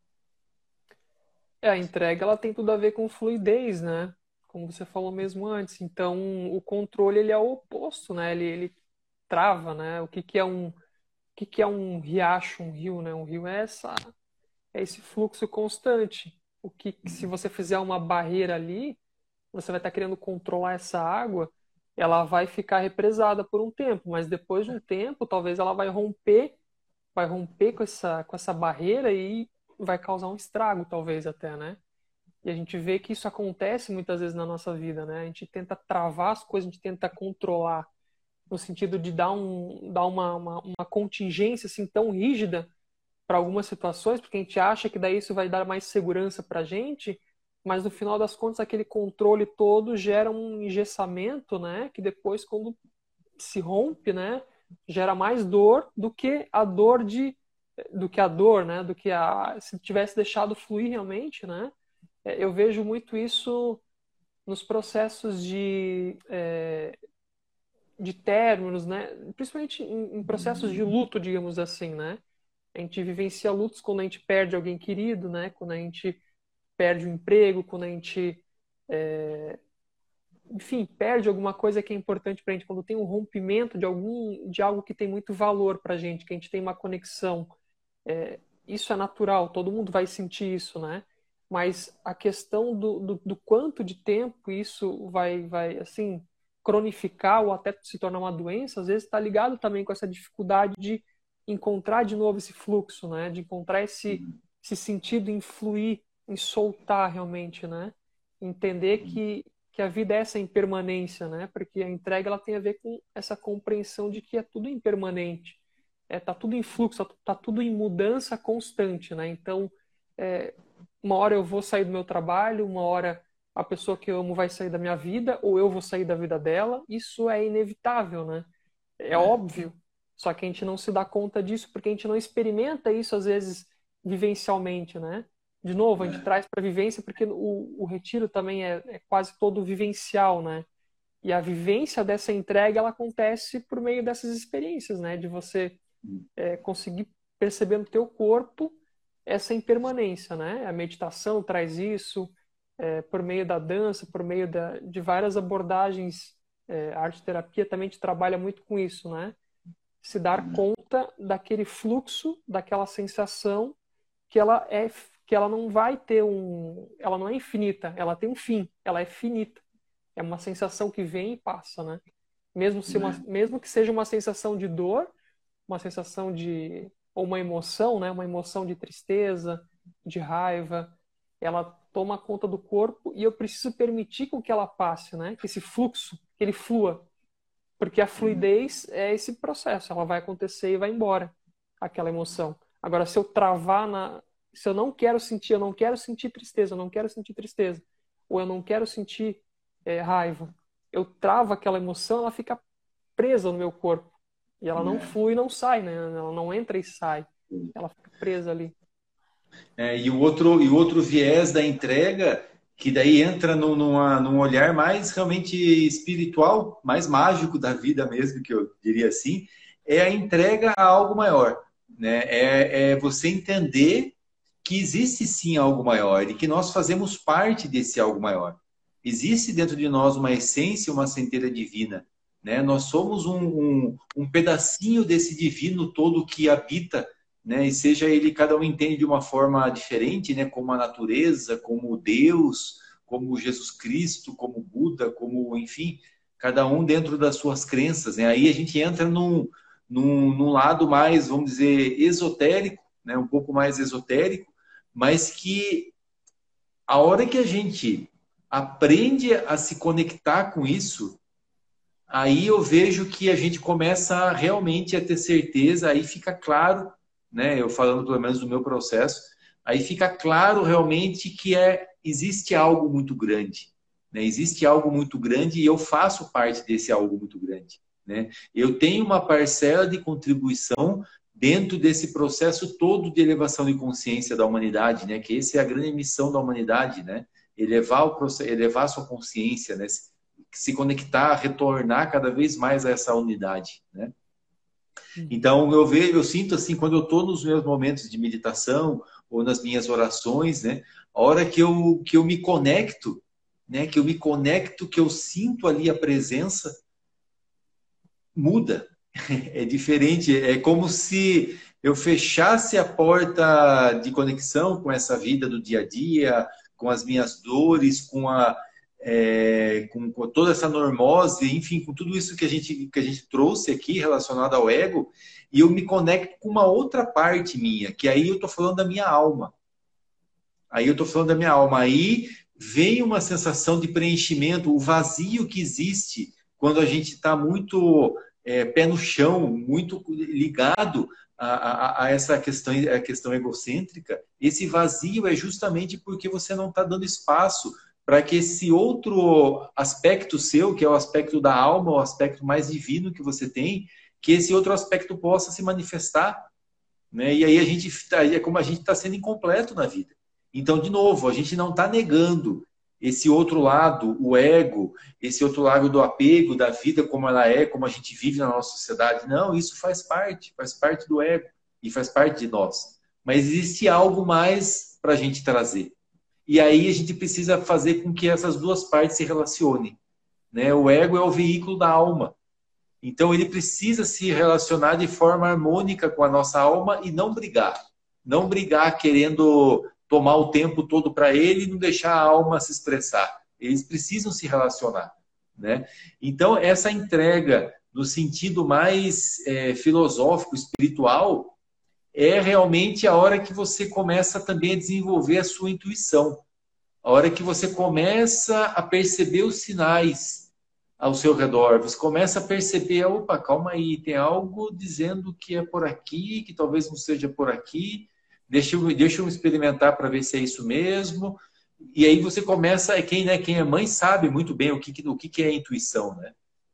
É, a entrega ela tem tudo a ver com fluidez, né? Como você falou mesmo antes. Então, o controle ele é o oposto, né? Ele, ele trava, né? O que que é um, o que que é um riacho, um rio, né? Um rio é essa, é esse fluxo constante. O que se você fizer uma barreira ali, você vai estar querendo controlar essa água, ela vai ficar represada por um tempo, mas depois de um tempo, talvez ela vai romper, vai romper com essa, com essa barreira e vai causar um estrago, talvez até, né? E a gente vê que isso acontece muitas vezes na nossa vida, né? A gente tenta travar as coisas, a gente tenta controlar, no sentido de dar, um, dar uma, uma, uma contingência assim tão rígida para algumas situações, porque a gente acha que daí isso vai dar mais segurança para a gente, mas no final das contas aquele controle todo gera um engessamento, né? Que depois, quando se rompe, né? Gera mais dor do que a dor de do que a dor, né? Do que a se tivesse deixado fluir realmente, né? É, eu vejo muito isso nos processos de é, de términos, né? Principalmente em, em processos de luto, digamos assim, né? A gente vivencia lutos quando a gente perde alguém querido, né? Quando a gente perde o emprego, quando a gente, é, enfim, perde alguma coisa que é importante para a gente, quando tem um rompimento de algum, de algo que tem muito valor para a gente, que a gente tem uma conexão. É, isso é natural, todo mundo vai sentir isso, né? Mas a questão do, do, do quanto de tempo isso vai, vai, assim, cronificar ou até se tornar uma doença, às vezes está ligado também com essa dificuldade de encontrar de novo esse fluxo, né? De encontrar esse, esse sentido em fluir, em soltar realmente, né? Entender que, que a vida é essa impermanência, né? Porque a entrega ela tem a ver com essa compreensão de que é tudo impermanente. É, tá tudo em fluxo, tá tudo em mudança constante, né? Então, é, uma hora eu vou sair do meu trabalho, uma hora a pessoa que eu amo vai sair da minha vida, ou eu vou sair da vida dela. Isso é inevitável, né? É óbvio. Só que a gente não se dá conta disso porque a gente não experimenta isso, às vezes, vivencialmente, né? De novo, a gente traz para a vivência porque o, o retiro também é, é quase todo vivencial, né? E a vivência dessa entrega, ela acontece por meio dessas experiências, né? De você é, conseguir perceber no teu corpo essa impermanência, né? A meditação traz isso, é, por meio da dança, por meio da, de várias abordagens. É, a arte-terapia também te trabalha muito com isso, né? Se dar conta daquele fluxo, daquela sensação que ela é que ela não vai ter um, ela não é infinita, ela tem um fim, ela é finita. É uma sensação que vem e passa, né? Mesmo se uma, mesmo que seja uma sensação de dor, uma sensação de ou uma emoção, né? Uma emoção de tristeza, de raiva, ela toma conta do corpo e eu preciso permitir com que ela passe, né? Que esse fluxo, que ele flua, porque a fluidez é esse processo, ela vai acontecer e vai embora aquela emoção. Agora, se eu travar na, se eu não quero sentir, eu não quero sentir tristeza, eu não quero sentir tristeza, ou eu não quero sentir é, raiva, eu travo aquela emoção, ela fica presa no meu corpo. E ela não flui e não sai, né? Ela não entra e sai. Ela fica presa ali. É, e o outro, e o outro viés da entrega, que daí entra no, numa, num olhar mais realmente espiritual, mais mágico da vida mesmo, que eu diria assim, é a entrega a algo maior. Né? É, é você entender que existe sim algo maior e que nós fazemos parte desse algo maior. Existe dentro de nós uma essência, uma centelha divina. Né? Nós somos um, um, um pedacinho desse divino todo que habita, né? E seja ele, cada um entende de uma forma diferente, né? Como a natureza, como Deus, como Jesus Cristo, como Buda, como, enfim, cada um dentro das suas crenças. Né? Aí a gente entra num, num, num lado mais, vamos dizer, esotérico, né? Um pouco mais esotérico, mas que a hora que a gente aprende a se conectar com isso, aí eu vejo que a gente começa realmente a ter certeza, aí fica claro, né, eu falando pelo menos do meu processo, aí fica claro realmente que é, existe algo muito grande. Né? Existe algo muito grande e eu faço parte desse algo muito grande. Né? Eu tenho uma parcela de contribuição dentro desse processo todo de elevação de consciência da humanidade, né? Que essa é a grande missão da humanidade, né? Elevar, o processo, elevar a sua consciência, né? Se conectar, retornar cada vez mais a essa unidade, né? Então, eu vejo, eu sinto assim, quando eu estou nos meus momentos de meditação ou nas minhas orações, né? A hora que eu, que eu me conecto, né? Que eu me conecto, que eu sinto ali a presença, muda. É diferente, é como se eu fechasse a porta de conexão com essa vida do dia a dia, com as minhas dores, com a É, com, com toda essa normose, enfim, com tudo isso que a gente, que a gente trouxe aqui relacionado ao ego, e eu me conecto com uma outra parte minha, que aí eu estou falando da minha alma. Aí eu estou falando da minha alma. Aí vem uma sensação de preenchimento, o vazio que existe quando a gente está muito é, pé no chão, muito ligado a, a, a essa questão, a questão egocêntrica, esse vazio é justamente porque você não está dando espaço para que esse outro aspecto seu, que é o aspecto da alma, o aspecto mais divino que você tem, que esse outro aspecto possa se manifestar, né? E aí a gente é como a gente está sendo incompleto na vida. Então, de novo, a gente não está negando esse outro lado, o ego, esse outro lado do apego, da vida como ela é, como a gente vive na nossa sociedade. Não, isso faz parte, faz parte do ego e faz parte de nós. Mas existe algo mais para a gente trazer. E aí a gente precisa fazer com que essas duas partes se relacionem, né? O ego é o veículo da alma. Então ele precisa se relacionar de forma harmônica com a nossa alma e não brigar. Não brigar querendo tomar o tempo todo para ele e não deixar a alma se expressar. Eles precisam se relacionar, né? Então essa entrega no sentido mais é, filosófico, espiritual, é realmente a hora que você começa também a desenvolver a sua intuição. A hora que você começa a perceber os sinais ao seu redor, você começa a perceber, opa, calma aí, tem algo dizendo que é por aqui, que talvez não seja por aqui, deixa eu, deixa eu experimentar para ver se é isso mesmo. E aí você começa, é quem, né, quem é mãe sabe muito bem o que, o que é a intuição, né?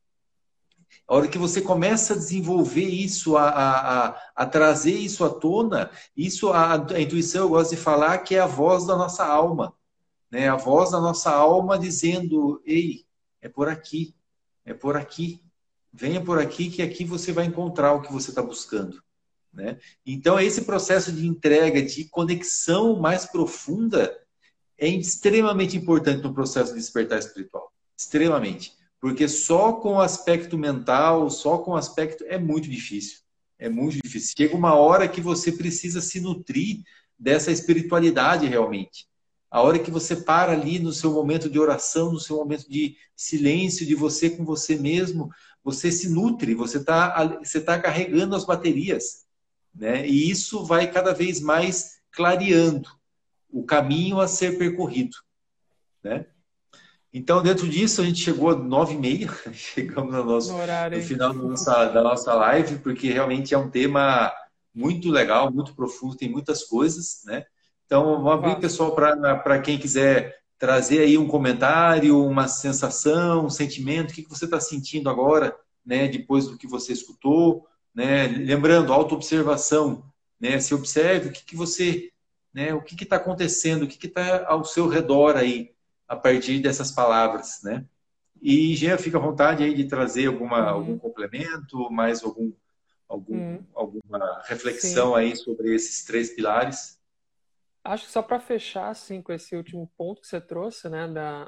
A hora que você começa a desenvolver isso, a, a, a, a trazer isso à tona, isso a, a intuição, eu gosto de falar que é a voz da nossa alma, né? A voz da nossa alma dizendo, ei, é por aqui, é por aqui, venha por aqui que aqui você vai encontrar o que você está buscando, né? Então esse processo de entrega, de conexão mais profunda é extremamente importante no processo de despertar espiritual, extremamente. Porque só com o aspecto mental, só com o aspecto... É muito difícil. É muito difícil. Chega uma hora que você precisa se nutrir dessa espiritualidade realmente. A hora que você para ali no seu momento de oração, no seu momento de silêncio, de você com você mesmo, você se nutre, você está você tá carregando as baterias, né? E isso vai cada vez mais clareando o caminho a ser percorrido, né? Então, dentro disso, a gente chegou às nove e meia, chegamos no, No nosso, horário no aí. final da nossa, da nossa live, porque realmente é um tema muito legal, muito profundo, tem muitas coisas, né? Então, vamos abrir, Vasto. pessoal, para quem quiser trazer aí um comentário, uma sensação, um sentimento, o que, que você está sentindo agora, né? Depois do que você escutou, né? Lembrando, autoobservação, né? Se observe o que, que você, né? O que está acontecendo, o que está ao seu redor aí, a partir dessas palavras, né? E, Jean, fica à vontade aí de trazer alguma, algum Uhum. complemento, mais algum, algum, Uhum. alguma Sim. reflexão aí sobre esses três pilares. Acho que só para fechar assim com esse último ponto que você trouxe, né, da,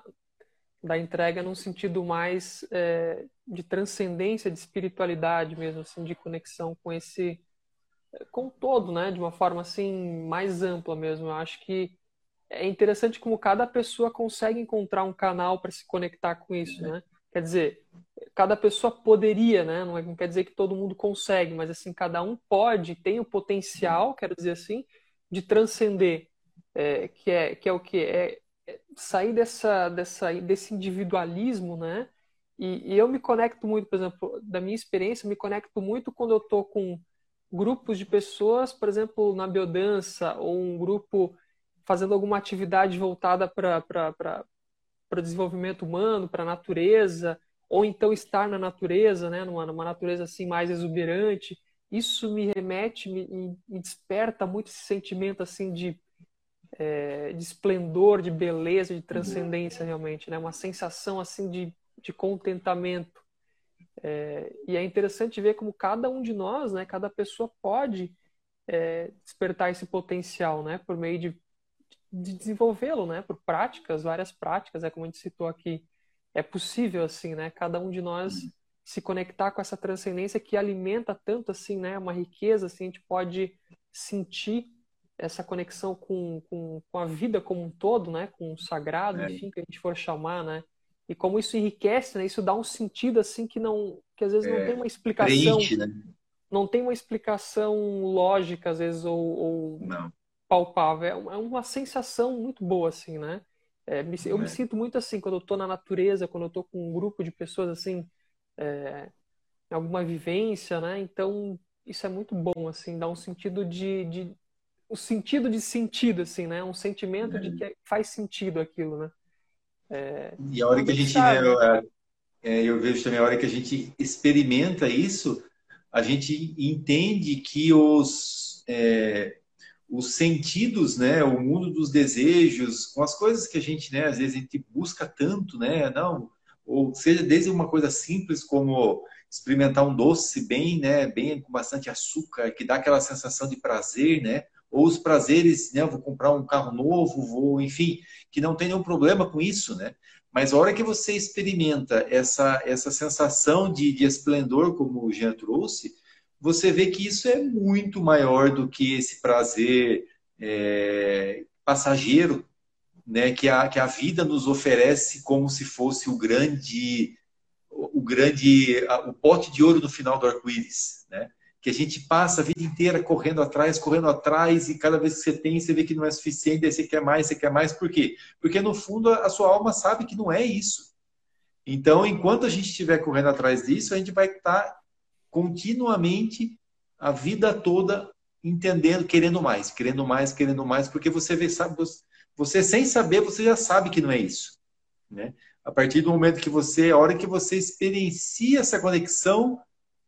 da entrega num sentido mais é, de transcendência, de espiritualidade mesmo, assim, de conexão com esse, com o todo, né, de uma forma assim mais ampla mesmo. Eu acho que é interessante como cada pessoa consegue encontrar um canal para se conectar com isso, né? Quer dizer, cada pessoa poderia, né? Não, é, não quer dizer que todo mundo consegue, mas assim, cada um pode, tem o potencial, quero dizer assim, de transcender, é, que é que é o que é, é sair dessa, dessa desse individualismo, né? E, e eu me conecto muito, por exemplo, da minha experiência, eu me conecto muito quando eu estou com grupos de pessoas, por exemplo, na biodança ou um grupo fazendo alguma atividade voltada para o desenvolvimento humano, para a natureza, ou então estar na natureza, né, numa, numa natureza assim mais exuberante. Isso me remete, me, me desperta muito esse sentimento assim de, é, de esplendor, de beleza, de transcendência realmente, né, uma sensação assim de, de contentamento. É, e é interessante ver como cada um de nós, né, cada pessoa pode é, despertar esse potencial, né, por meio de de desenvolvê-lo, né, por práticas, várias práticas, é como a gente citou aqui, é possível assim, né, cada um de nós se conectar com essa transcendência que alimenta tanto assim, né, uma riqueza assim, a gente pode sentir essa conexão com, com, com a vida como um todo, né, com o sagrado, É, enfim, que a gente for chamar, né, e como isso enriquece, né, isso dá um sentido assim que não, que às vezes não tem é, uma explicação, preenche, né? não tem uma explicação lógica às vezes ou, ou Não, palpável. É uma, é uma sensação muito boa, assim, né? É, me- eu não me é. sinto muito assim quando eu tô na natureza, quando eu tô com um grupo de pessoas assim, é, em alguma vivência, né? Então, isso é muito bom, assim, dá um sentido de, de o sentido de sentido, assim, né? Um sentimento de que faz sentido aquilo, né? E a hora Não que a gente, né, deixar, eu, né? é, eu vejo também a hora que a gente experimenta isso, a gente entende que os, é, os sentidos, né, o mundo dos desejos, com as coisas que a gente, né, às vezes a gente busca tanto, né, não, ou seja, desde uma coisa simples como experimentar um doce bem, né, bem com bastante açúcar, que dá aquela sensação de prazer, né, ou os prazeres, né, vou comprar um carro novo, vou, enfim, que não tem nenhum problema com isso, né? Mas a hora que você experimenta essa essa sensação de, de esplendor, como o Jean trouxe, você vê que isso é muito maior do que esse prazer é, passageiro, né, que a, que a vida nos oferece como se fosse o grande, o grande, o pote de ouro no final do arco-íris, né? Que a gente passa a vida inteira correndo atrás, correndo atrás, e cada vez que você tem, você vê que não é suficiente, aí você quer mais, você quer mais, por quê? Porque no fundo a sua alma sabe que não é isso. Então, enquanto a gente estiver correndo atrás disso, a gente vai estar continuamente a vida toda entendendo, querendo mais, querendo mais, querendo mais, porque você vê, sabe, você sem saber, você já sabe que não é isso, né? A partir do momento que você, a hora que você experiencia essa conexão,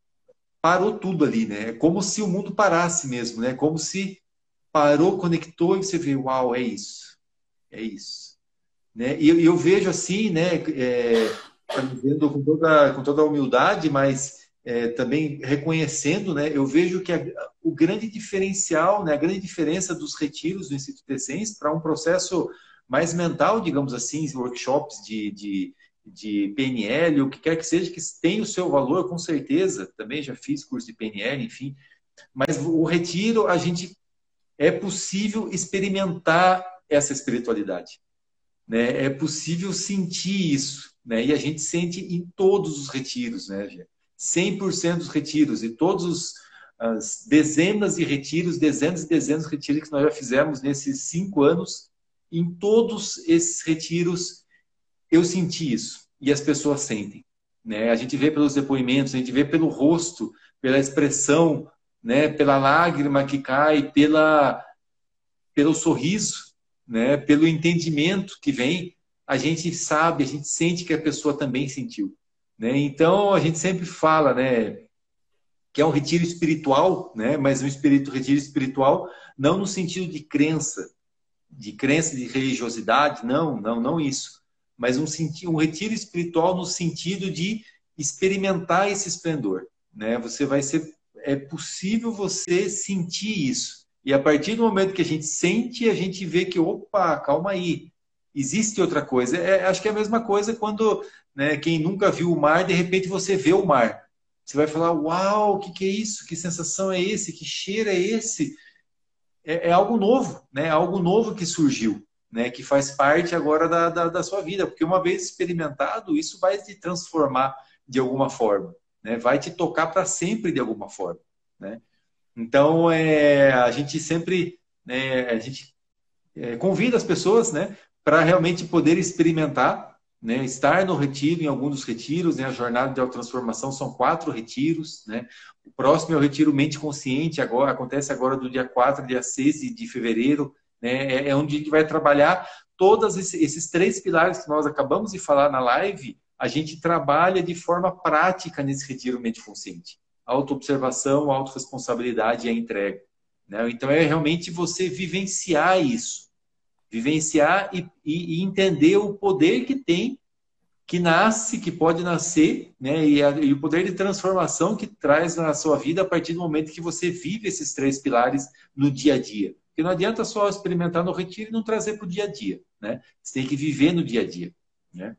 parou tudo ali, né? É como se o mundo parasse mesmo, né? Como se parou, conectou e você vê, uau, é isso, é isso, né? E eu, eu vejo assim, né? É, tá dizendo com toda, com toda a humildade, mas é, também reconhecendo, né? Eu vejo que a, o grande diferencial, né? A grande diferença dos retiros do Instituto de Essência para um processo mais mental, digamos assim, workshops de, de, de P N L, o que quer que seja, que tem o seu valor, com certeza. Também já fiz curso de P N L, enfim. Mas o retiro, a gente é possível experimentar essa espiritualidade, né? É possível sentir isso, né? E a gente sente em todos os retiros, né, Gê? cem por cento dos retiros e todos os, as dezenas de retiros, dezenas e dezenas de retiros que nós já fizemos nesses cinco anos, em todos esses retiros eu senti isso e as pessoas sentem, né? A gente vê pelos depoimentos, a gente vê pelo rosto, pela expressão, né? Pela lágrima que cai, pela pelo sorriso, né, pelo entendimento que vem, a gente sabe, a gente sente que a pessoa também sentiu, né? Então a gente sempre fala, né, que é um retiro espiritual, né, mas um espírito retiro espiritual não no sentido de crença, de crença de religiosidade, não, não, não isso, mas um sentido, um retiro espiritual no sentido de experimentar esse esplendor, né? Você vai ser, é possível você sentir isso. E a partir do momento que a gente sente, a gente vê que, opa, calma aí, existe outra coisa. É, acho que é a mesma coisa quando, né, quem nunca viu o mar, de repente você vê o mar. Você vai falar, uau, o que, que é isso? Que sensação é esse? Que cheiro é esse? É, é algo novo, né? Algo novo que surgiu, né? Que faz parte agora da, da, da sua vida. Porque uma vez experimentado, isso vai te transformar de alguma forma, né? Vai te tocar para sempre de alguma forma, né? Então, é, a gente sempre, né, a gente é, convida as pessoas, né, para realmente poder experimentar, né, estar no retiro, em algum dos retiros, né, a jornada de autotransformação são quatro retiros, né, o próximo é o retiro Mente Consciente, agora, acontece agora do dia quatro ao dia seis de fevereiro, né, é, é onde a gente vai trabalhar todos esses, esses três pilares que nós acabamos de falar na live, a gente trabalha de forma prática nesse retiro Mente Consciente. Autoobservação, autorresponsabilidade e a entrega, né? Então é realmente você vivenciar isso, vivenciar e, e, e entender o poder que tem, que nasce, que pode nascer, né? E, a, e o poder de transformação que traz na sua vida a partir do momento que você vive esses três pilares no dia a dia. Porque não adianta só experimentar no retiro e não trazer para o dia a dia, né? Você tem que viver no dia a dia, né?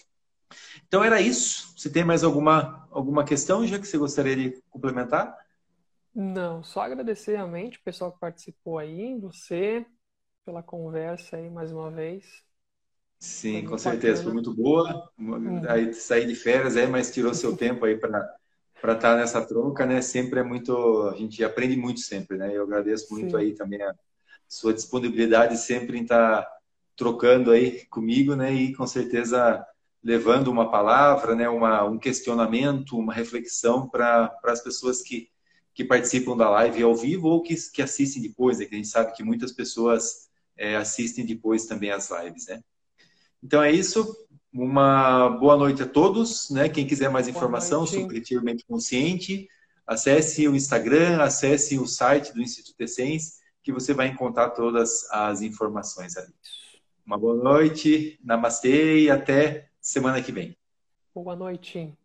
Então era isso. Você tem mais alguma, alguma questão, já que você gostaria de complementar? Não, só agradecer realmente o pessoal que participou aí, você, pela conversa aí mais uma vez. Foi Sim, com muito certeza, foi bacana. muito boa. Uhum. Aí sair de férias, é, mas tirou seu tempo aí para para estar nessa troca, né? Sempre é muito, a gente aprende muito sempre, né? Eu agradeço muito Sim, aí também a sua disponibilidade sempre em estar trocando aí comigo, né? E com certeza levando uma palavra, né? Uma, um questionamento, uma reflexão para para as pessoas que que participam da live ao vivo ou que, que assistem depois, né? Que a gente sabe que muitas pessoas é, assistem depois também as lives, né? Então é isso. Uma boa noite a todos, né? Quem quiser mais Boa informação noite. sobre Retiro Mente Consciente, acesse o Instagram, acesse o site do Instituto Essence, que você vai encontrar todas as informações ali. Uma boa noite, namastê e até semana que vem. Boa noite.